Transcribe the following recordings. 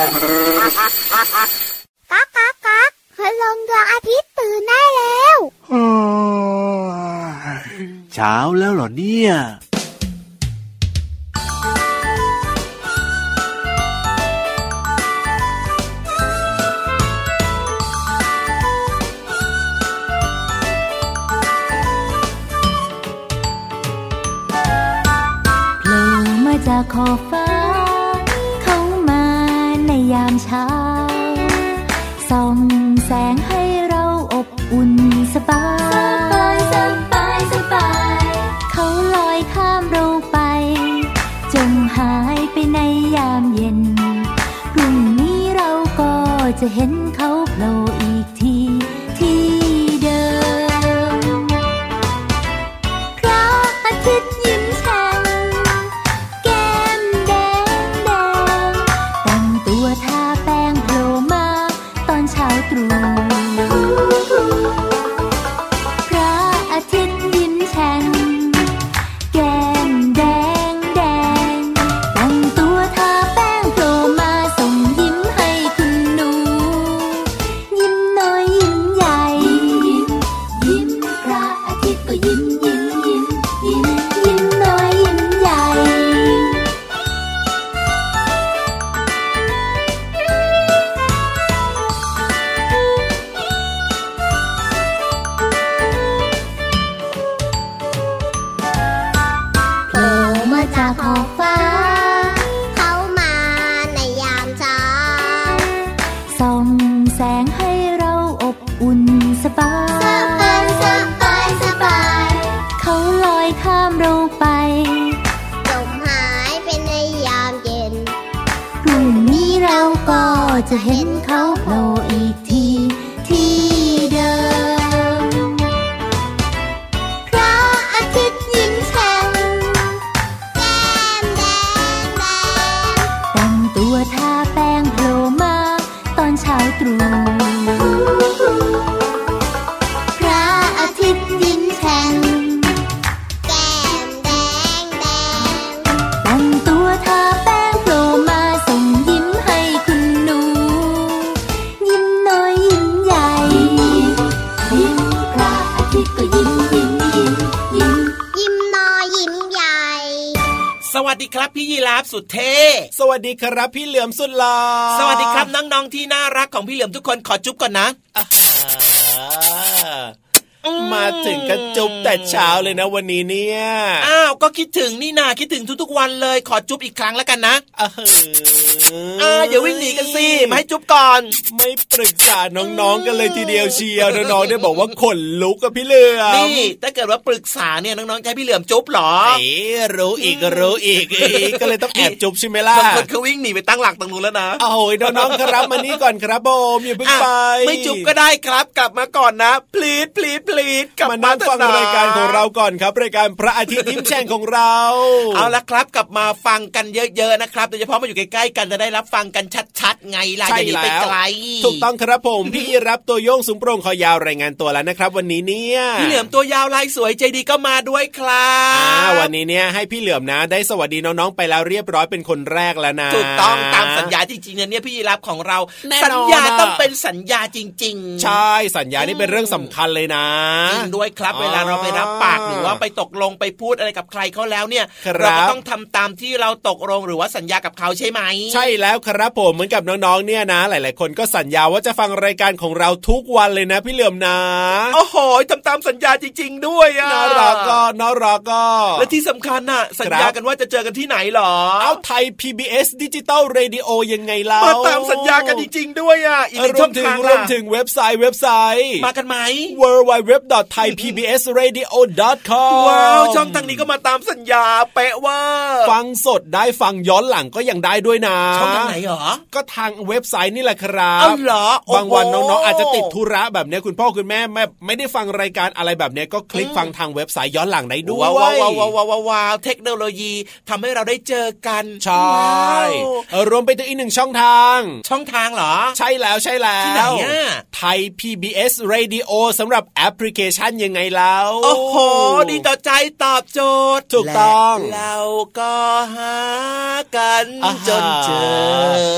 ก๊ากก๊ากก๊ากพลังดวงอาทิตย์ตื่นได้แล้วเช้าแล้วเหรอเนี่ยจากขอบฟ้าเข้ามาในยามเช้าส่องแสงให้เราอบอุ่นสบายสบายสบายเขาลอยข้ามเราไปจงหายไปในยามเย็นพรุ่งนี้เราก็จะเห็นเขาโผล่อีกทีที่เดิมพระอาทิตย์ยิ้มแฉ่งพระอาทิตย์ยิ้มแฉ่งแก้มแดงแดงแต่งตัวทาแป้งโผล่มาส่งยิ้มให้คุณหนูยิ้มน้อยยิ้มใหญ่ยิ้มพระอาทิตย์ก็ยิ้มยิ้มยิ้มยิ้มยิ้มน้อยยิ้มใหญ่ขอบฟ้าเข้ามาในยามเช้าส่องแสงให้เราอบอุ่นสบายสบายสบายเขาลอยข้ามเราไปจมหายไปในยามเย็นพรุ่งนี้เราก็จะเห็นเขาโผล่อีกทีที่เดิมพระอาทิตย์ยิ้มแฉ่งตัวทาแป้งโผล่มาตอนเช้าตรู่พระอาทิตย์ยิ้มแฉ่งแก้มแดงแดงแต่งตัวทาแป้งโผล่มาส่งยิ้มให้คุณหนูยิ้มน้อยยิ้มใหญ่ยิ้มพระอาทิตย์ก็ยิ้มยิ้มยิ้มยิ้มยิ้มน้อยยิ้มใหญ่สวัสดีครับพี่ยีราฟสุดเท่สวัสดีครับพี่เหลือมสุดหล่อสวัสดีครับน้องๆที่น่ารักของพี่เหลือมทุกคนขอจุ๊บก่อนนะมาถึงกันจุ๊บแต่เช้าเลยนะวันนี้เนี่ยอ้าวก็คิดถึงนี่นาคิดถึงทุกๆวันเลยขอจุ๊บอีกครั้งแล้วกันนะอย่าวิ่งหนีกันสิมาให้จุ๊บก่อนไม่ปรึกษาน้องๆกันเลยทีเดียวเชียวน้องๆได้บอกว่าขนลุกกับพี่เหลือมนี่ถ้าเกิดว่าปรึกษาเนี่ยน้องๆจะให้พี่เหลือมจุ๊บหรอรู้อีกก็เลยต้องแอบจุ๊บใช่ไหมล่ะบางคนเขาวิ่งหนีไปตั้งหลักตรงนู้นแล้วนะโอ้ยน้องๆครับมานี่ก่อนครับผมอย่าเพิ่งไปไม่จุ๊บก็ได้ครับกลับมาก่อนนะพลีดกลับมานั่งฟังรายการของเราก่อนครับรายการพระอาทิตย์ยิ้มแฉ่งของเราเอาละครับกลับมาฟังกันเยอะๆนะครับโดยเฉพาะมาอยู่ใกล้ๆกันจะได้รับฟังกันชัดๆไงล่ะอย่าหนีไปไกลถูกต้องครับผมพี่รับตัวโยงสูงโปร่งคอยาวรายงานตัวแล้วนะครับวันนี้เนี่ยพี่เหลือมตัวยาวลายสวยใจดีก็มาด้วยครับวันนี้เนี่ยให้พี่เหลือมนะได้สวัสดีน้องๆไปแล้วเรียบร้อยเป็นคนแรกแล้วนะถูกต้องตามสัญญาจริงๆเนี่ยพี่รับของเราสัญญาต้องเป็นสัญญาจริงๆใช่สัญญานี่เป็นเรื่องสำคัญเลยนะจริงด้วยครับเวลาเราไปรับปากหรือว่าไปตกลงไปพูดอะไรกับใครเขาแล้วเนี่ยเราก็ต้องทำตามที่เราตกลงหรือว่าสัญญากับเขาใช่ไหมใช่แล้วครับผมเหมือนกับน้องๆเนี่ยนะหลายๆคนก็สัญญาว่าจะฟังรายการของเราทุกวันเลยนะพี่เหลือมนะโอ้โหทำตามสัญญาจริงๆด้วยน่ารักก็และที่สำคัญน่ะสัญญากันว่าจะเจอกันที่ไหนหรอเอาไทย PBS Digital Radio ยังไงล่ะมาตามสัญญากันจริงๆด้วยอีกช่องทางรวมถึงเว็บไซต์มากันไหม www.thaipbsradio.com ว้าวช่องทางนี้ก็มาตามสัญญาเป๊ะว่าฟังสดได้ฟังย้อนหลังก็ยังได้ด้วยนะช่องทางไหนหรอก็ทางเว็บไซต์นี่แหละครับอ้าวเหรอบางวันน้องๆอาจจะติดธุระแบบนี้คุณพ่อคุณแม่ไม่ได้ฟังรายการอะไรแบบนี้ก็คลิกฟังทางเว็บไซต์ย้อนหลังได้ด้วยว้าวเทคโนโลยีทำให้เราได้เจอกันใช่รวมไปถึงอีกหนึ่งช่องทางเหรอใช่แล้วที่ไหนไทย PBS Radio สำหรับแอปพลิเคชันยังไงแล้วโอ้โหดีต่อใจตอบโจทย์ถูกต้องเราก็หากันจนเจอ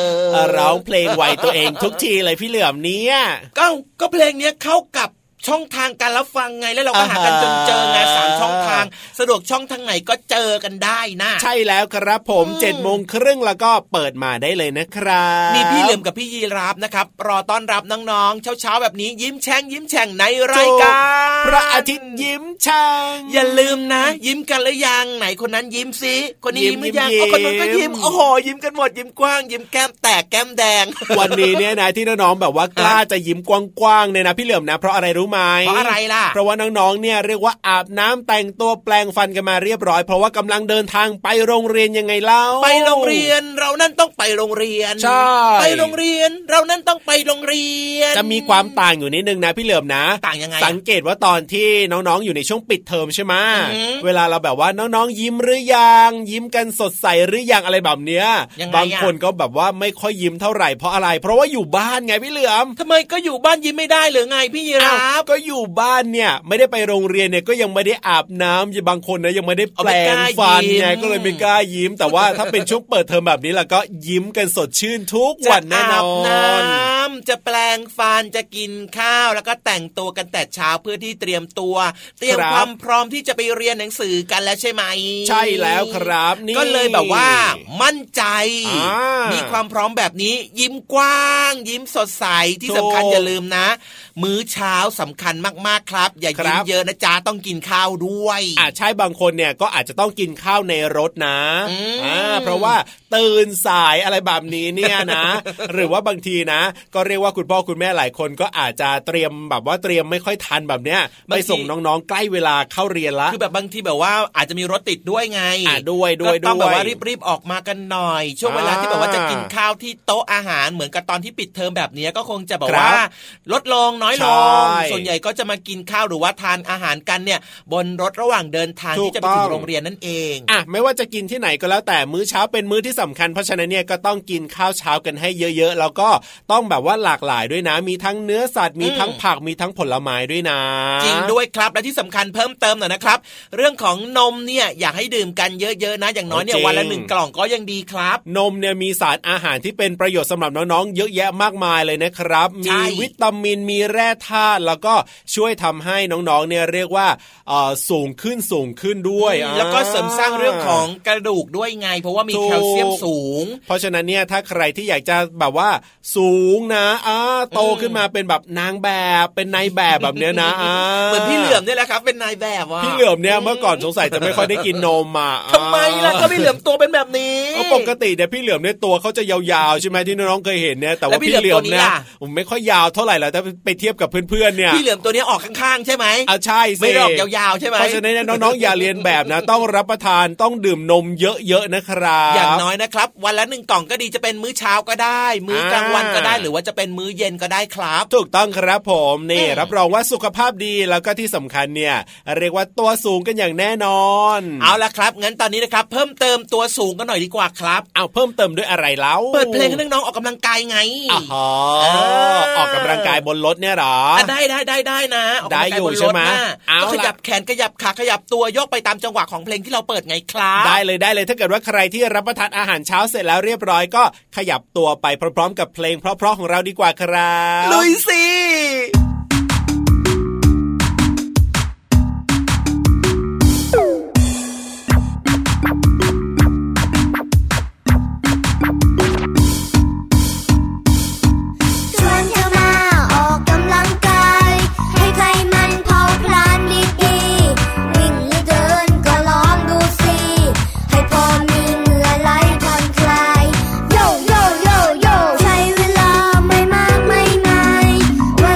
ร้องเพลงไวตัวเองทุกทีเลยพี่เหลือมเนี่ยก็เพลงนี้เข้ากับช่องทางการรับฟังไงแล้วเราก็หากันจนเจอไง3ช่องทางสะดวกช่องทางไหนก็เจอกันได้นะใช่แล้วครับผม7:30แล้วก็เปิดมาได้เลยนะครับมีพี่เหลือมกับพี่ยีราฟนะครับรอต้อนรับน้องๆเช้าๆแบบนี้ยิ้มแฉ่งในรายการพระอาทิตย์ยิ้มแฉ่งอย่าลืมนะยิ้มกันหรือยังไหนคนนั้นยิ้มสิคนนี้ยิ้มหรือยังคนนั้นก็ยิ้มโอ้โหยิ้มกันหมดยิ้มกว้างยิ้มแก้มแตกแก้มแดงวันนี้เนี่ยนะที่น้องๆแบบว่ากล้าจะยิ้มกว้างๆเนี่ยนะพี่เหลือมนะเพราะอะไรรู้เพราะอะไรล่ะเพราะว่าน้องๆเนี่ยเรียกว่าอาบน้ำแต่งตัวแปลงฟันกันมาเรียบร้อยเพราะว่ากำลังเดินทางไปโรงเรียนยังไงเล่าไปโรงเรียนเรานั่นต้องไปโรงเรียนใช่ไปโรงเรียนเรานั่นต้องไปโรงเรียนจะมีความต่างอยู่นิดนึงนะพี่เหลือมนะต่างยังไงสังเกตว่าตอนที่น้องๆอยู่ในช่วงปิดเทอมใช่ไหมเวลาเราแบบว่าน้องๆยิ้มหรือยังยิ้มกันสดใสหรือยังอะไรแบบเนี้ยบางคนก็แบบว่าไม่ค่อยยิ้มเท่าไหร่เพราะอะไรเพราะว่าอยู่บ้านไงพี่เหลือมทำไมก็อยู่บ้านยิ้มไม่ได้หรือไงพี่ยีราฟก็อยู่บ้านเนี่ยไม่ได้ไปโรงเรียนเนี่ยก็ยังไม่ได้อาบน้ำบางคนนะยังไม่ได้แปรงฟันไงก็เลยไม่กล้ายิ้มแต่ว่าถ้าเป็นช่วงเปิดเทอมแบบนี้ล่ะก็ยิ้มกันสดชื่นทุกวันแน่นอนจะแปรงฟันจะกินข้าวแล้วก็แต่งตัวกันแต่เช้าเพื่อที่เตรียมความพร้อมที่จะไปเรียนหนังสือกันแล้วใช่ไหมใช่แล้วครับนี่ก็เลยแบบว่ามั่นใจมีความพร้อมแบบนี้ยิ้มกว้างยิ้มสดใสที่สำคัญอย่าลืมนะมื้อเช้าสำคัญมากๆครับอย่ายิ้มเยอะนะจ๊ะต้องกินข้าวด้วยใช่บางคนเนี่ยก็อาจจะต้องกินข้าวในรถนะเพราะว่าตื่นสายอะไรแบบนี้เนี่ยนะ หรือว่าบางทีนะก็เรียกว่าคุณพ่อคุณแม่หลายคนก็อาจจะเตรียมแบบว่าเตรียมไม่ค่อยทันแบบเนี้ยไปส่งน้องๆใกล้เวลาเข้าเรียนละคือแบบบางทีแบบว่าอาจจะมีรถติดด้วยไงด้วยก็ต้องแบบว่ารีบออกมากันหน่อยช่วงเวลาที่แบบว่าจะกินข้าวที่โต๊ะอาหารเหมือนกับตอนที่ปิดเทอมแบบนี้ก็คงจะแบบว่าลดลงน้อยลงส่วนใหญ่ก็จะมากินข้าวหรือว่าทานอาหารกันเนี่ยบนรถระหว่างเดินทางที่จะไปถึงโรงเรียนนั่นเองไม่ว่าจะกินที่ไหนก็แล้วแต่มื้อเช้าเป็นมื้อที่สำคัญเพราะฉะนั้นเนี่ยก็ต้องกินข้าวเช้ากันให้เยอะๆแล้วก็ต้องแบบว่าหลากหลายด้วยนะมีทั้งเนื้อสัตว์มีทั้งผักมีทั้งผลไม้ด้วยนะจริงด้วยครับและที่สำคัญเพิ่มเติมหน่อยนะครับเรื่องของนมเนี่ยอยากให้ดื่มกันเยอะๆนะอย่างน้อยเนี่ยวันละ1กล่องก็ยังดีครับนมเนี่ยมีสารอาหารที่เป็นประโยชน์สำหรับน้องๆเยอะแยะมากมายเลยนะครับมีวิตามินมีแร่ธาตุแล้วก็ช่วยทำให้น้องๆเนี่ยเรียกว่าสูงขึ้นด้วยแล้วก็เสริมสร้างเรื่องของกระดูกด้วยไงเพราะว่ามีแคลเซียมสูงเพราะฉะนั้นเนี่ยถ้าใครที่อยากจะแบบว่าสูงนะโตขึ้นมาเป็นแบบนางแบบเป็นนายแบบแบบเนี้ยนะเหมือนพี่เหลือมเนี่ยแหละครับเป็นนายแบบว่ะพี่เหลือมเนี่ยเมื่อก่อนสงสัยจะไม่ค่อยได้กินนมทำไมล่ะก็พี่เหลือมตัวเป็นแบบนี้ปกติเนี่ยพี่เหลือมเนี่ยตัวเขาจะยาวๆใช่ไหมที่น้องๆเคยเห็นเนี่ยแต่ว่าพี่เหลือมเนี่ยผมไม่ค่อยยาวเท่าไหร่แล้วถ้าไปเทียบกับเพื่อนๆเนี่ยพี่เหลือมตัวนี้ออกข้างๆใช่ไหมใช่ไม่ออกยาวๆใช่ไหมเพราะฉะนั้นน้องๆอย่าเรียนแบบนะต้องรับประทานต้องดื่มนมเยอะๆนะครับอย่างน้อยนะครับวันละ1กล่องก็ดีจะเป็นมื้อเช้าก็ได้มื้อกลางวันก็ได้หรือว่าจะเป็นมื้อเย็นก็ได้ครับถูกต้องครับผมนี่รับรองว่าสุขภาพดีแล้วก็ที่สำคัญเนี่ยเรียกว่าตัวสูงกันอย่างแน่นอนเอาละครับงั้นตอนนี้นะครับเพิ่มเติมตัวสูงกันหน่อยดีกว่าครับเอาเพิ่มเติมด้วยอะไรเล่าเปิดเพลงให้น้องๆออกกำลังกายไงออกกำลังกายบนรถเนี่ยหรอได้นะออกกำลังกายบนรถนะก็ขยับแขนขยับขาขยับตัวยกไปตามจังหวะของเพลงที่เราเปิดไงครับได้เลยถ้าเกิดว่าใครที่รับประทานอาหารเช้าเสร็จแล้วเรียบร้อยก็ขยับตัวไปพร้อมๆกับเพลงเพราะๆของเราดีกว่าครับลุยสิว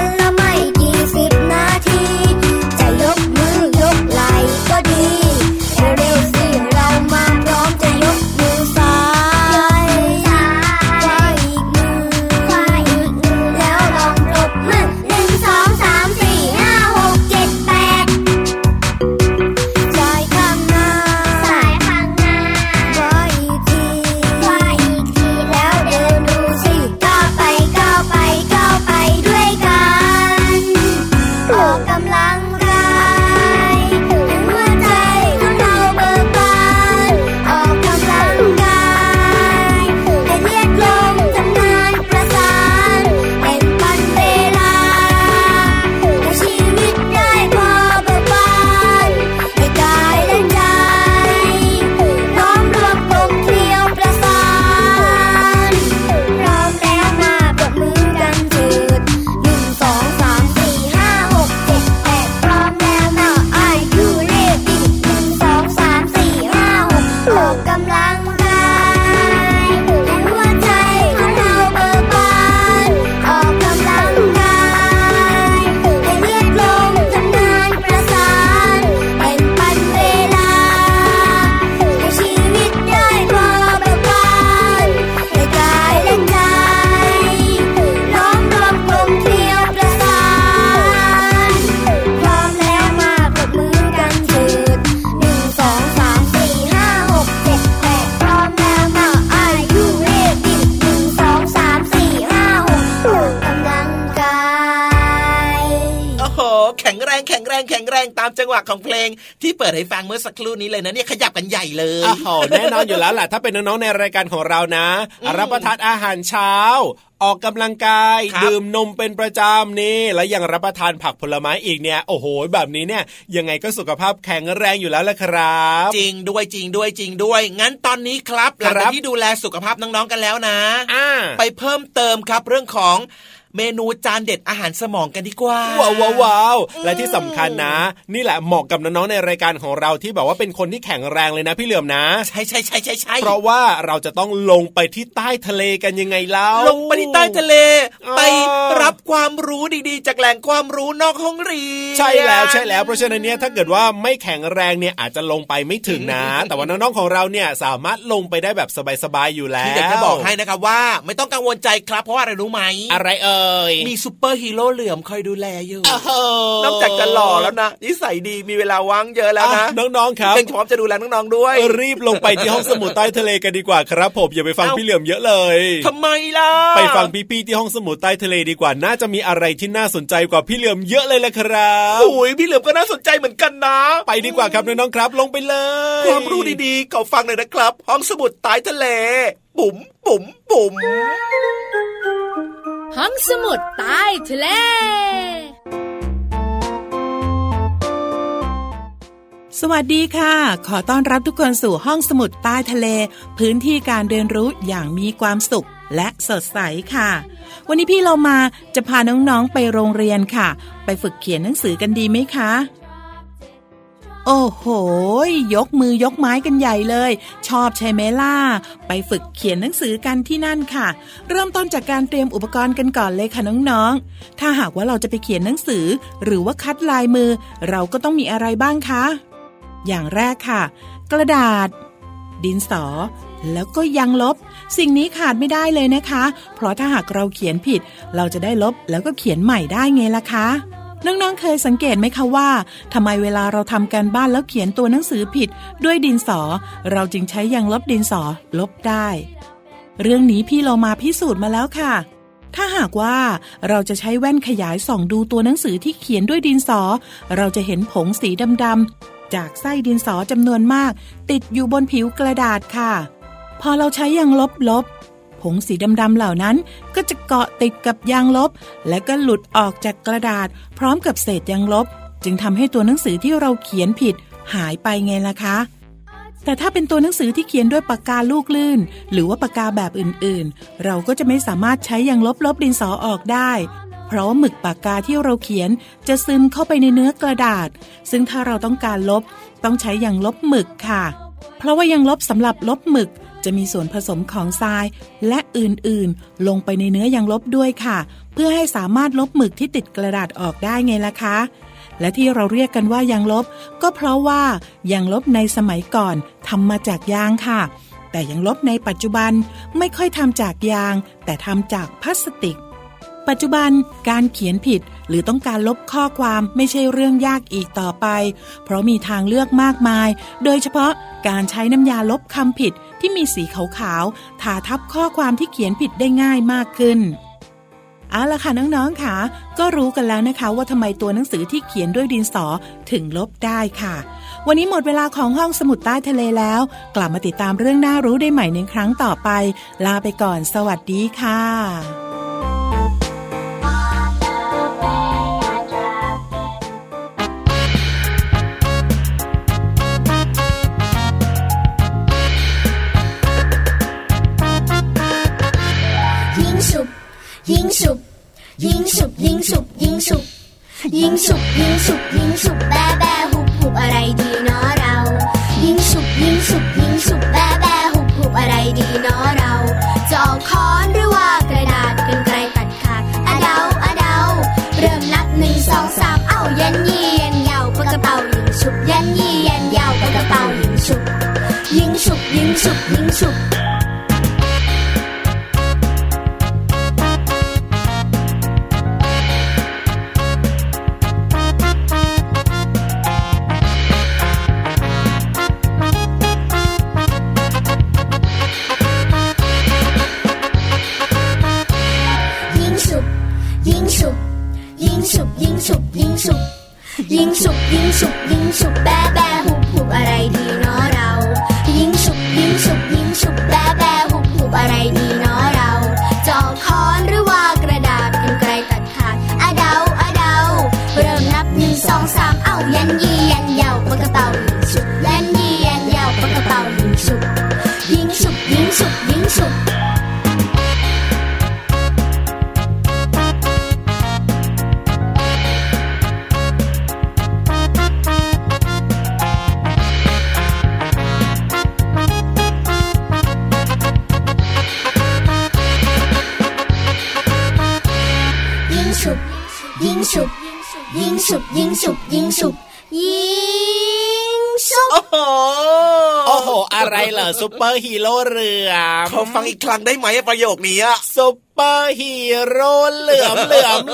แข็งแรงแข็งแรงตามจังหวะของเพลงที่เปิดให้ฟังเมื่อสักครู่นี้เลยนะเนี่ยขยับกันใหญ่เลยโอ้แน่นอนอยู่แล้วแหละถ้าเป็นน้องๆในรายการของเรานะรับประทานอาหารเช้าออกกำลังกายดื่มนมเป็นประจำนี่แล้วยังรับประทานผักผลไม้อีกเนี่ยโอ้โหแบบนี้เนี่ยยังไงก็สุขภาพแข็งแรงอยู่แล้วแหละครับจริงด้วยจริงด้วยจริงด้วยงั้นตอนนี้ครับหลังจากที่ดูแลสุขภาพน้องๆกันแล้วนะไปเพิ่มเติมครับเรื่องของเมนูจานเด็ดอาหารสมองกันดีกว่าว้าวและที่สำคัญนะนี่แหละเหมาะกับน้องๆในรายการของเราที่แบบว่าเป็นคนที่แข็งแรงเลยนะพี่เหลือมนะใช่เพราะว่าเราจะต้องลงไปที่ใต้ทะเลกันยังไงเล่าลงไปที่ใต้ทะเลไปรับความรู้ดีๆจากแหล่งความรู้นอกห้องเรียนใช่แล้วเพราะฉะนั้นเนี่ยถ้าเกิดว่าไม่แข็งแรงเนี่ยอาจจะลงไปไม่ถึงนะแต่ว่าน้องๆของเราเนี่ยสามารถลงไปได้แบบสบายๆอยู่แล้วที่เด็กจะบอกให้นะครับว่าไม่ต้องกังวลใจครับเพราะว่าอะไรรู้ไหมอะไรมีซุปเปอร์ฮีโร่เหลือมคอยดูแลอยู่นอกจากจะหล่อแล้วนะนิสัยดีมีเวลาว่างเยอะแล้วนะน้องๆครับยังพร้อมจะดูแลน้องๆด้วยรีบลงไปที่ห้องสมุดใต้ทะเลกันดีกว่าครับผมอย่าไปฟังพี่เหลือมเยอะเลยทำไมล่ะไปฟังพี่ๆที่ห้องสมุดใต้ทะเลดีกว่าน่าจะมีอะไรที่น่าสนใจกว่าพี่เหลือมเยอะเลยแหละครับโอ้ยพี่เหลือมก็น่าสนใจเหมือนกันนะไปดีกว่าครับน้องๆครับลงไปเลยความรู้ดีๆขอฟังหน่อยนะครับห้องสมุดใต้ทะเลบุ๋มบุ๋มบุ๋มห้องสมุดใต้ทะเลสวัสดีค่ะขอต้อนรับทุกคนสู่ห้องสมุดใต้ทะเลพื้นที่การเรียนรู้อย่างมีความสุขและสดใสค่ะวันนี้พี่เรามาจะพาน้องๆไปโรงเรียนค่ะไปฝึกเขียนหนังสือกันดีไหมคะโอ้โหยกมือยกไม้กันใหญ่เลยชอบใช่ไหมล่ะไปฝึกเขียนหนังสือกันที่นั่นค่ะเริ่มต้นจากการเตรียมอุปกรณ์กันก่อนเลยค่ะน้องๆถ้าหากว่าเราจะไปเขียนหนังสือหรือว่าคัดลายมือเราก็ต้องมีอะไรบ้างคะอย่างแรกค่ะกระดาษดินสอแล้วก็ยางลบสิ่งนี้ขาดไม่ได้เลยนะคะเพราะถ้าหากเราเขียนผิดเราจะได้ลบแล้วก็เขียนใหม่ได้ไงล่ะคะน้องๆเคยสังเกตไหมคะว่าทำไมเวลาเราทำการบ้านแล้วเขียนตัวหนังสือผิดด้วยดินสอเราจึงใช้ยางลบดินสอลบได้เรื่องนี้พี่เรามาพิสูจน์มาแล้วค่ะถ้าหากว่าเราจะใช้แว่นขยายส่องดูตัวหนังสือที่เขียนด้วยดินสอเราจะเห็นผงสีดำๆจากไส้ดินสอจำนวนมากติดอยู่บนผิวกระดาษค่ะพอเราใช้ยางลบผงสีดำๆเหล่านั้นก็จะเกาะติดกับยางลบและก็หลุดออกจากกระดาษพร้อมกับเศษยางลบจึงทำให้ตัวหนังสือที่เราเขียนผิดหายไปไงล่ะคะแต่ถ้าเป็นตัวหนังสือที่เขียนด้วยปากกาลูกลื่นหรือว่าปากกาแบบอื่นๆเราก็จะไม่สามารถใช้ยางลบดินสอออกได้เพราะว่าหมึกปากกาที่เราเขียนจะซึมเข้าไปในเนื้อกระดาษซึ่งถ้าเราต้องการลบต้องใช้ยางลบหมึกค่ะเพราะว่ายางลบสำหรับลบหมึกจะมีส่วนผสมของทรายและอื่นๆลงไปในเนื้อยางลบด้วยค่ะเพื่อให้สามารถลบหมึกที่ติดกระดาษออกได้ไงล่ะคะและที่เราเรียกกันว่ายางลบก็เพราะว่ายางลบในสมัยก่อนทำมาจากยางค่ะแต่ยางลบในปัจจุบันไม่ค่อยทำจากยางแต่ทำจากพลาสติกปัจจุบันการเขียนผิดหรือต้องการลบข้อความไม่ใช่เรื่องยากอีกต่อไปเพราะมีทางเลือกมากมายโดยเฉพาะการใช้น้ำยาลบคำผิดที่มีสีขาวๆทาทับข้อความที่เขียนผิดได้ง่ายมากขึ้นเอาล่ะค่ะน้องๆค่ะก็รู้กันแล้วนะคะว่าทำไมตัวหนังสือที่เขียนด้วยดินสอถึงลบได้ค่ะวันนี้หมดเวลาของห้องสมุดใต้ทะเลแล้วกลับมาติดตามเรื่องน่ารู้ได้ใหม่ในครั้งต่อไปลาไปก่อนสวัสดีค่ะยิงฉุบยิงฉุบยิงฉุบยิงฉุบยิงฉุบยิงฉุบยิงฉุบแบ้แบ้หุบหุบอะไรดีเนาะเรายิงฉุบยิงฉุบยิงฉุบแบ้แบ้หุบหุบอะไรดีเนาะเราจะเอาค้อนหรือว่ากระดาษกรรไกรตัดขาดอะเดาเริ่มนับ1 2 3เอ้ายันยี่ยันยาวปากกระเป๋ายิงฉุบยันยี่ยันยาวปากกระเป๋ายิงฉุบยิงฉุบยิงฉุบยิงฉุบยิงฉุบยิงฉุบยิงฉุบยิงฉุบยิงฉุบยิงฉุบแบแบหุบหุบอะไรดีเนาะเรายิงฉุบยิงฉุบยิงฉุบแบแบหุบหุบอะไรดีเนาะเราจอกค้อนหรือว่ากระดาษกรรไกรตัดขาดอะเดาเริ่มนับ1 2 3เอายันยี่ยันยาวปากกระเป๋ายิงฉุบยันยี่ยันยาวปากกระเป๋ายิงฉุบยิงฉุบยิงฉุบยิงฉุบยิงฉุบยิงฉุบยิงฉุบยิงฉุบยิงฉุบโอ้โหอะไรเหรอซุปเปอร์ฮีโร่เหลือมขอฟังอีกครั้งได้ไหมประโยคนี้อะซุปเปอร์ฮีโร่เหลือม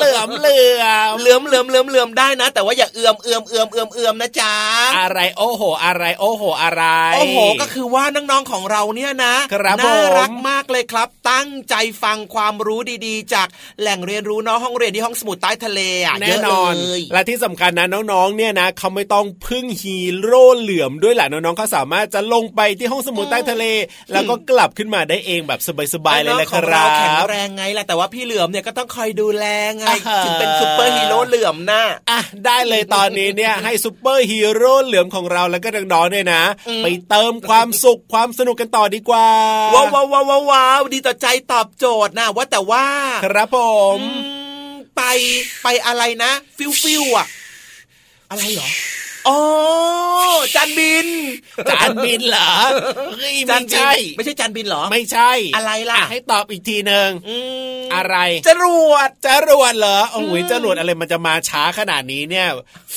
ได้นะแต่ว่าอย่าเอือมนะจ๊ะอะไรโอ้โหอะไรโอ้โหก็คือว่าน้องๆของเราเนี่ยนะน่ารักมากเลยครับตั้งใจฟังความรู้ดีๆจากแหล่งเรียนรู้นอกห้องเรียนที่ห้องสมุดใต้ทะเลอ่ะแน่นอนและที่สำคัญนะน้องๆเนี่ยนะเขาไม่ต้องพึ่งฮีโร่เหลือมด้วยแหละน้องๆเขาสามารถจะลงไปที่ห้องสมุดใต้ทะเลแล้วก็กลับขึ้นมาได้เองแบบสบายๆเลยแหละครับแข็งแรงไงล่ะแต่ว่าพี่เหลือมเนี่ยก็ต้องคอยดูแลไงถึงเป็นซุปเปอร์ฮีโร่เหลือมนะได้เลยตอนนี้เนี่ยให้ซุปเปอร์ฮีโร่เหลือมของเราแล้วก็น้องๆเนี่ยนะไปเติมความสุขความสนุกกันต่อดีกว่าว้าวดีต่อใจตอบโจทย์นะว่าแต่ว่าครับผมไปอะไรนะฟิวอะอะไรเหรออ๋อจานบินเหรอไม่ใช่จานบินเหรอไม่ใช่อะไรล่ะให้ตอบอีกทีนึงอะไรจรวดเหรอโอ้ยจรวดอะไรมันจะมาช้าขนาดนี้เนี่ย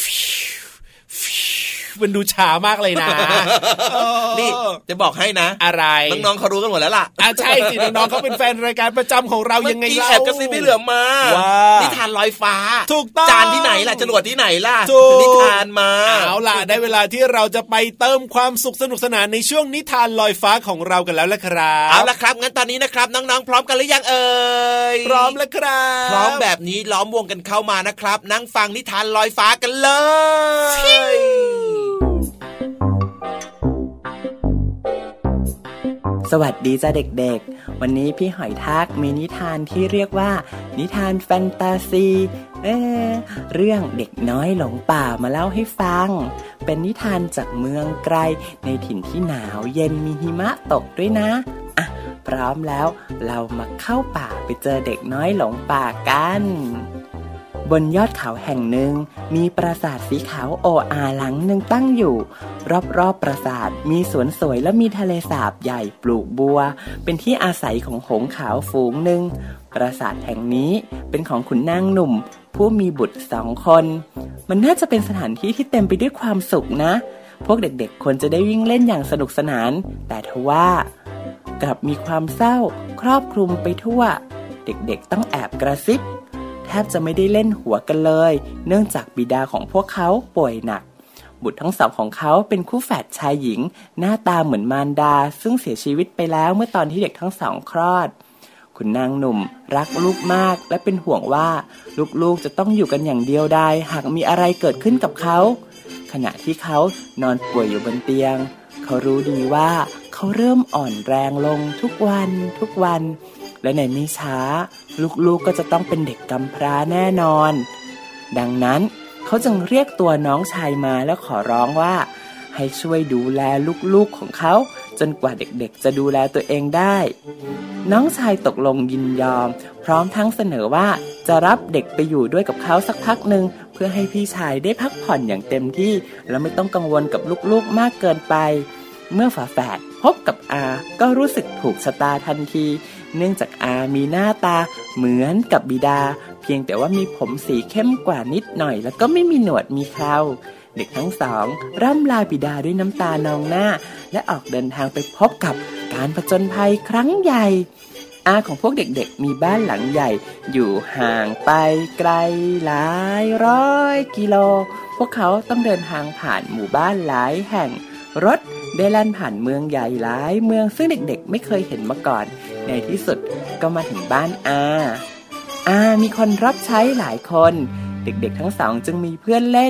มันดูช้ามากเลยนะนี่จะบอกให้นะอะไรน้องๆเขารู้กันหมดแล้วล่ะใช่สิน้องๆเขาเป็นแฟนรายการประจำของเรายังไงเล่าแอบกระซิบไม่เหลือมานิทานลอยฟ้าถูกต้องจานที่ไหนล่ะจรวดที่ไหนล่ะนิทานมาเอาล่ะได้เวลาที่เราจะไปเติมความสุขสนุกสนานในช่วงนิทานลอยฟ้าของเรากันแล้วละครับเอาล่ะครับงั้นตอนนี้นะครับน้องๆพร้อมกันหรือยังเอ่ยพร้อมแล้วครับพร้อมแบบนี้ล้อมวงกันเข้ามานะครับนั่งฟังนิทานลอยฟ้ากันเลยสวัสดีจ้าเด็กๆวันนี้พี่หอยทากมีนิทานที่เรียกว่านิทานแฟนตาซีเรื่องเด็กน้อยหลงป่ามาเล่าให้ฟังเป็นนิทานจากเมืองไกลในถิ่นที่หนาวเย็นมีหิมะตกด้วยนะอ่ะพร้อมแล้วเรามาเข้าป่าไปเจอเด็กน้อยหลงป่ากันบนยอดเขาแห่งหนึ่งมีปราสาทสีขาวโอ้อาหลังหนึ่งตั้งอยู่รอบๆปราสาทมีสวนสวยและมีทะเลสาบใหญ่ปลูกบัวเป็นที่อาศัยของหงส์ขาวฝูงหนึ่งปราสาทแห่งนี้เป็นของขุนนางหนุ่มผู้มีบุตร2 คนมันน่าจะเป็นสถานที่ที่เต็มไปด้วยความสุขนะพวกเด็กๆควรจะได้วิ่งเล่นอย่างสนุกสนานแต่ทว่ากลับมีความเศร้าครอบคลุมไปทั่วเด็กๆต้องแอบกระซิบแทบจะไม่ได้เล่นหัวกันเลยเนื่องจากบิดาของพวกเขาป่วยหนักบุตรทั้ง2ของเขาเป็นคู่แฝดชายหญิงหน้าตาเหมือนมารดาซึ่งเสียชีวิตไปแล้วเมื่อตอนที่เด็กทั้ง2คลอดขุนนางหนุ่มรักลูกมากและเป็นห่วงว่าลูกๆจะต้องอยู่กันอย่างเดียวดายหากมีอะไรเกิดขึ้นกับเขาขณะที่เขานอนป่วยอยู่บนเตียงเขารู้ดีว่าเขาเริ่มอ่อนแรงลงทุกวันและในไม่ช้าลูกๆก็จะต้องเป็นเด็กกำพร้าแน่นอนดังนั้นเขาจึงเรียกตัวน้องชายมาแล้วขอร้องว่าให้ช่วยดูแลลูกๆของเขาจนกว่าเด็กๆจะดูแลตัวเองได้น้องชายตกลงยินยอมพร้อมทั้งเสนอว่าจะรับเด็กไปอยู่ด้วยกับเขาสักพักหนึ่งเพื่อให้พี่ชายได้พักผ่อนอย่างเต็มที่และไม่ต้องกังวลกับลูกๆมากเกินไปเมื่อฝาแฝดพบกับอาก็รู้สึกถูกชะตาทันทีเนื่องจากอามีหน้าตาเหมือนกับบิดาเพียงแต่ว่ามีผมสีเข้มกว่านิดหน่อยแล้วก็ไม่มีหนวดมีเคราเด็กทั้งสองร่ำลาบิดาด้วยน้ำตานองหน้าและออกเดินทางไปพบกับการผจญภัยครั้งใหญ่อาของพวกเด็กๆมีบ้านหลังใหญ่อยู่ห่างไปไกลหลายร้อยกิโลพวกเขาต้องเดินทางผ่านหมู่บ้านหลายแห่งรถได้แล่นผ่านเมืองใหญ่หลายเมืองซึ่งเด็กๆไม่เคยเห็นมาก่อนในที่สุดก็มาถึงบ้านอามีคนรับใช้หลายคนเด็กๆทั้งสองจึงมีเพื่อนเล่น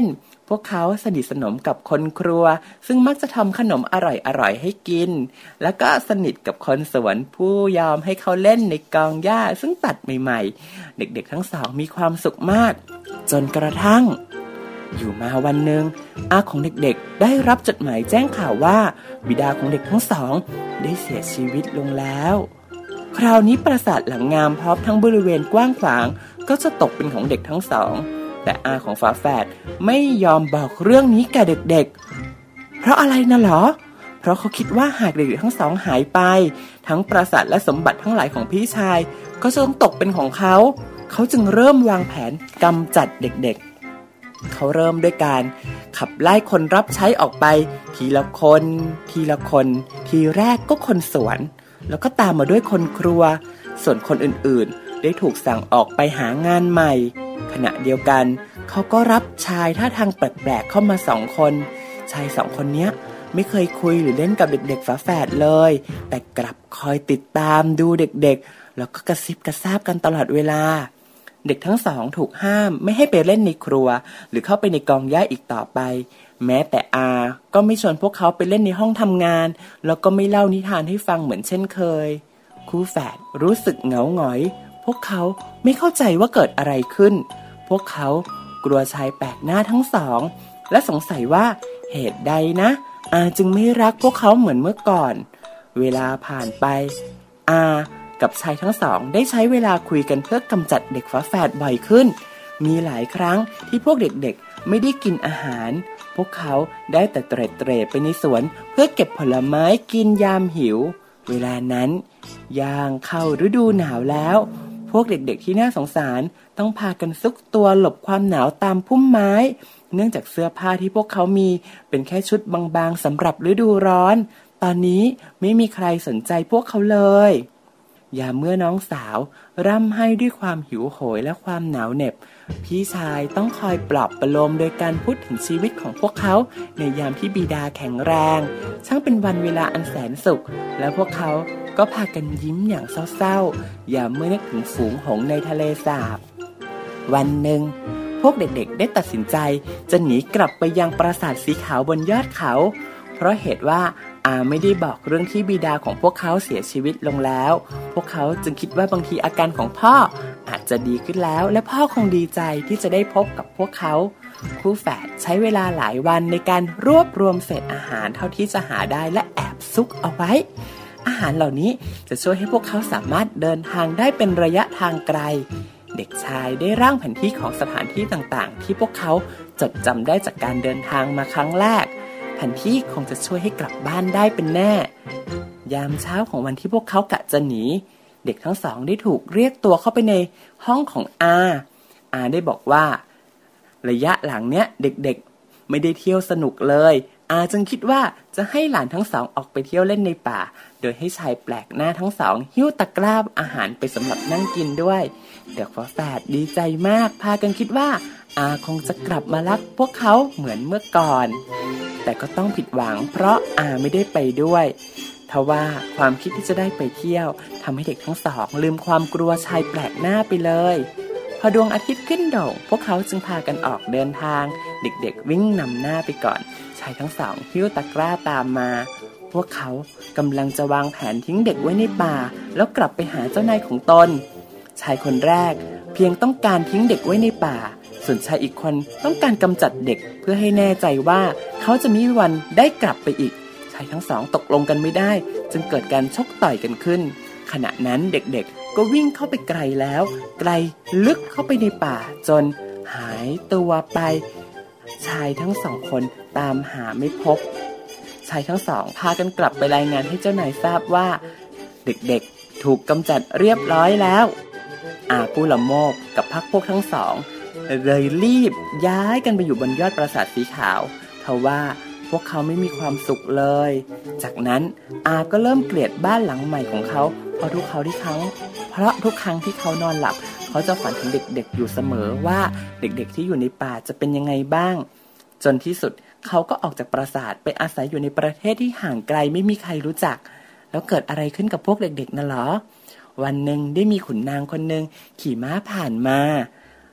พวกเขาสนิทสนมกับคนครัวซึ่งมักจะทำขนมอร่อยๆให้กินแล้วก็สนิทกับคนสวนผู้ยอมให้เขาเล่นในกองหญ้าซึ่งตัดใหม่ๆเด็กๆทั้งสองมีความสุขมากจนกระทั่งอยู่มาวันหนึ่งอาของเด็กๆได้รับจดหมายแจ้งข่าวว่าบิดาของเด็กทั้งสองได้เสียชีวิตลงแล้วคราวนี้ปราสาทหลังงามพร้อมทั้งบริเวณกว้างขวางก็จะตกเป็นของเด็กทั้งสองแต่อาของฝาแฝดไม่ยอมบอกเรื่องนี้แก่เด็กๆเพราะอะไรนะหรอเพราะเขาคิดว่าหากเด็กๆทั้งสองหายไปทั้งปราสาทและสมบัติทั้งหลายของพี่ชายก็จะต้องตกเป็นของเขาจึงเริ่มวางแผนกำจัดเด็กๆเขาเริ่มด้วยการขับไล่คนรับใช้ออกไปทีละคนทีแรกก็คนสวนแล้วก็ตามมาด้วยคนครัวส่วนคนอื่นๆได้ถูกสั่งออกไปหางานใหม่ขณะเดียวกันเขาก็รับชายท่าทางแปลกๆเข้ามา2 คนชาย2 คนนี้ไม่เคยคุยหรือเล่นกับเด็กๆฝาแฝดเลยแต่กลับคอยติดตามดูเด็กๆแล้วก็กระซิบกระซาบกันตลอดเวลาเด็กทั้งสองถูกห้ามไม่ให้ไปเล่นในครัวหรือเข้าไปในกองหญ้าอีกต่อไปแม้แต่อาก็ไม่ชวนพวกเขาไปเล่นในห้องทำงานแล้วก็ไม่เล่านิทานให้ฟังเหมือนเช่นเคยคู่แฝดรู้สึกเหงาหงอยพวกเขาไม่เข้าใจว่าเกิดอะไรขึ้นพวกเขากลัวชายแปลกหน้าทั้งสองและสงสัยว่าเหตุใดนะอาจึงไม่รักพวกเขาเหมือนเมื่อก่อนเวลาผ่านไปอากับชายทั้งสองได้ใช้เวลาคุยกันเพื่อกำจัดเด็กฝาแฝดบ่อยขึ้นมีหลายครั้งที่พวกเด็กๆไม่ได้กินอาหารพวกเขาได้แต่เตร่ไปในสวนเพื่อเก็บผลไม้กินยามหิวเวลานั้นย่างเข้าฤดูหนาวแล้วพวกเด็กๆที่น่าสงสารต้องพากันซุกตัวหลบความหนาวตามพุ่มไม้เนื่องจากเสื้อผ้าที่พวกเขามีเป็นแค่ชุดบางๆสำหรับฤดูร้อนตอนนี้ไม่มีใครสนใจพวกเขาเลยยามเมื่อน้องสาวร่ำไห้ด้วยความหิวโหยและความหนาวเหน็บพี่ชายต้องคอยปลอบประโลมโดยการพูดถึงชีวิตของพวกเขาในยามที่บิดาแข็งแรงช่างเป็นวันเวลาอันแสนสุขและพวกเขาก็พากันยิ้มอย่างเศร้าๆยามเมื่อนึกถึงฝูงหงส์ในทะเลสาบวันหนึ่งพวกเด็กๆได้ตัดสินใจจะหนีกลับไปยังปราสาทสีขาวบนยอดเขาเพราะเหตุว่าอาไม่ได้บอกเรื่องที่บิดาของพวกเขาเสียชีวิตลงแล้วพวกเขาจึงคิดว่าบางทีอาการของพ่ออาจจะดีขึ้นแล้วและพ่อคงดีใจที่จะได้พบกับพวกเขาคู่แฝดใช้เวลาหลายวันในการรวบรวมเศษอาหารเท่าที่จะหาได้และแอบซุกเอาไว้อาหารเหล่านี้จะช่วยให้พวกเขาสามารถเดินทางได้เป็นระยะทางไกลเด็กชายได้ร่างแผนที่ของสถานที่ต่างๆที่พวกเขาจดจำได้จากการเดินทางมาครั้งแรกแผนที่คงจะช่วยให้กลับบ้านได้เป็นแน่ยามเช้าของวันที่พวกเขากะจะหนีเด็กทั้งสองได้ถูกเรียกตัวเข้าไปในห้องของอาได้บอกว่าระยะหลังเนี้ยเด็กๆไม่ได้เที่ยวสนุกเลยอาจึงคิดว่าจะให้หลานทั้งสองออกไปเที่ยวเล่นในป่าโดยให้ชายแปลกหน้าทั้งสองหิ้วตะกร้าอาหารไปสำหรับนั่งกินด้วยเด็กฝาแฝดดีใจมากพากันคิดว่าอาคงจะกลับมารักพวกเขาเหมือนเมื่อก่อนแต่ก็ต้องผิดหวังเพราะอาไม่ได้ไปด้วยทว่าความคิดที่จะได้ไปเที่ยวทำให้เด็กทั้งสองลืมความกลัวชายแปลกหน้าไปเลยพอดวงอาทิตย์ขึ้นโด่งพวกเขาจึงพากันออกเดินทางเด็กๆวิ่งนำหน้าไปก่อนชายทั้งสองหิ้วตะกร้าตามมาพวกเขากำลังจะวางแผนทิ้งเด็กไว้ในป่าแล้วกลับไปหาเจ้านายของตนชายคนแรกเพียงต้องการทิ้งเด็กไว้ในป่าส่วนชายอีกคนต้องการกำจัดเด็กเพื่อให้แน่ใจว่าเขาจะมีวันได้กลับไปอีกชายทั้งสองตกลงกันไม่ได้จึงเกิดการชกต่อยกันขึ้นขณะนั้นเด็กๆก็วิ่งเข้าไปไกลแล้วไกลลึกเข้าไปในป่าจนหายตัวไปชายทั้งสองคนตามหาไม่พบชายทั้งสองพากันกลับไปรายงานให้เจ้านายทราบว่าเด็กๆถูกกำจัดเรียบร้อยแล้วผู้ละโมบกับพรรคพวกทั้งสองเลยรีบย้ายกันไปอยู่บนยอดปราสาทสีขาวทว่าพวกเขาไม่มีความสุขเลยจากนั้นก็เริ่มเกลียดบ้านหลังใหม่ของเขาเพราะทุกครั้งที่เขานอนหลับเขาจะฝันถึงเด็กๆอยู่เสมอว่าเด็กๆที่อยู่ในป่าจะเป็นยังไงบ้างจนที่สุดเขาก็ออกจากปราสาทไปอาศัยอยู่ในประเทศที่ห่างไกลไม่มีใครรู้จักแล้วเกิดอะไรขึ้นกับพวกเด็กๆน่ะเหรอวันหนึ่งได้มีขุนนางคนหนึ่งขี่ม้าผ่านมา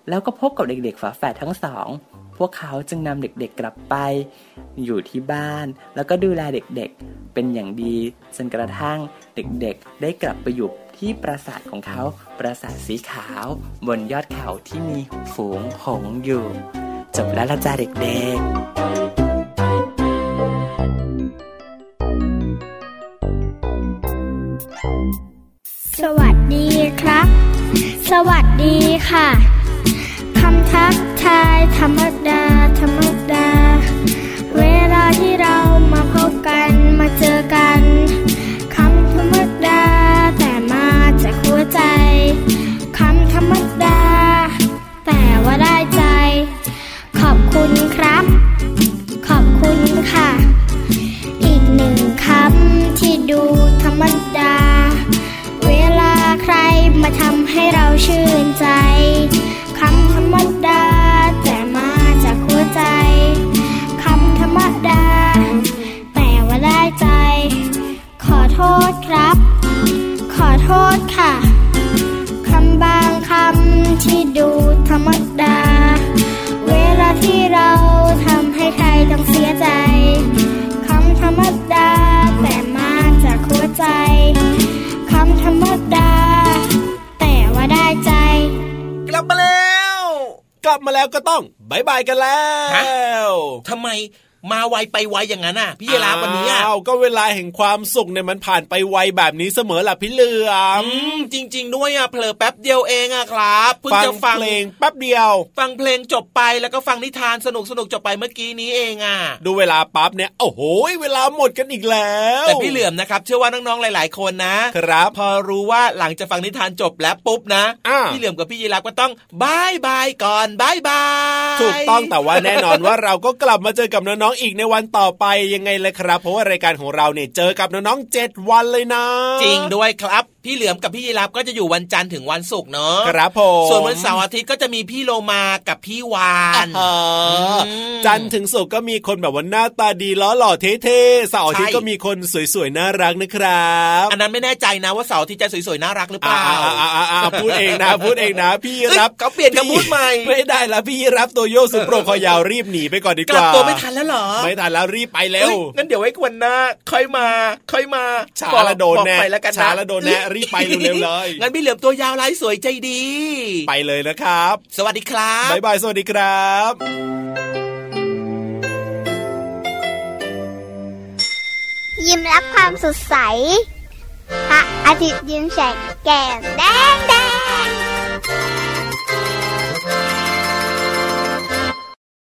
แล้วก็พบกับเด็กๆฝาแฝดทั้งสองพวกเขาจึงนำเด็กๆกลับไปอยู่ที่บ้านแล้วก็ดูแลเด็กๆเป็นอย่างดีจนกระทั่งเด็กๆได้กลับไปอยู่ที่ปราสาทของเขาปราสาทสีขาวบนยอดเขาที่มีฝูงหงส์อยู่จบแล้วละจ้าเด็กๆสวัสดีครับสวัสดีค่ะคำทักทายธรรมดาธรรมดาเวลาที่เรามาพบกันมาเจอกันคำธรรมดาแต่มาจากหัวใจคำธรรมดาแต่ว่าได้ใจขอบคุณครับขอบคุณค่ะอีกหนึ่งคำที่ดูธรรมดาเวลาใครมาทำให้เราชื่นใจคำธรรมดาแต่มาจากหัวใจคำธรรมดาแต่ว่าได้ใจขอโทษครับขอโทษค่ะคำบางคำที่ดูธรรมดาเวลาที่เราทำให้ใครต้องเสียใจคำธรรมดาแต่มาจากหัวใจคำธรรมดาแต่ว่าได้ใจกลับมาแล้วก็ต้องบายบายกันแล้วทำไมมาไวไปไวอย่างนั้นน่ะพี่ยีราฟวันนี้ก็เวลาแห่งความสุขเนี่ยมันผ่านไปไวแบบนี้เสมอล่ะพี่เหลือมจริงๆด้วยเผลอแป๊บเดียวเองครับเพิ่งจะฟังเพลงแป๊บเดียวฟังเพลงจบไปแล้วก็ฟังนิทานสนุกจบไปเมื่อกี้นี้เองดูเวลาปั๊บเนี่ยโอ้โหเวลาหมดกันอีกแล้วแต่พี่เหลือมนะครับเชื่อว่าน้องๆหลายๆคนนะครับพอรู้ว่าหลังจากฟังนิทานจบแล้วปุ๊บนะพี่เหลือมกับพี่ยีราฟก็ต้องบายบายก่อนบายบายถูกต้องแต่ว่าแน่นอนว่าเราก็กลับมาเจอกับน้องๆอีกในวันต่อไปยังไงเลยครับเพราะว่ารายการของเราเนี่ยเจอกับน้องๆ7วันเลยนะจริงด้วยครับพี่เหลือมกับพี่ยีราฟก็จะอยู่วันจันทร์ถึงวันศุกร์เนาะครับผมส่วนวันเสาร์อาทิตย์ก็จะมีพี่โลมากับพี่วานจันทร์ถึงศุกร์ก็มีคนแบบว่าหน้าตาดีล้อหล่อเท่ๆเสาร์อาทิตย์ก็มีคนสวยๆน่ารักนะครับอันนั้นไม่แน่ใจนะว่าเสาร์อาทิตย์จะสวยๆน่ารักหรือเปล่าพูดเองนะพี่ยีราฟเขาเปลี่ยนคำพูดใหม่ไม่ได้แล้วพี่ยีราฟตัวโยกสุดโปร่งคอยาวรีบหนีไปก่อนดีกว่ากลับตัวไม่ทันแล้วเหรอไม่ทันแล้วรีบไปแล้วงั้นเดี๋ยวไว้วันหน้าค่อยมาช้าละโดนแน่ช้าละโดนแน่รีบไปเร็วๆเลยงั้นพี่เหลือมตัวยาวลายสวยใจดีไปเลยนะครับสวัสดีครับบ๊ายบายสวัสดีครับยิ้มรับความสดใสพระอาทิตย์ยิ้มแฉกแก้มแดง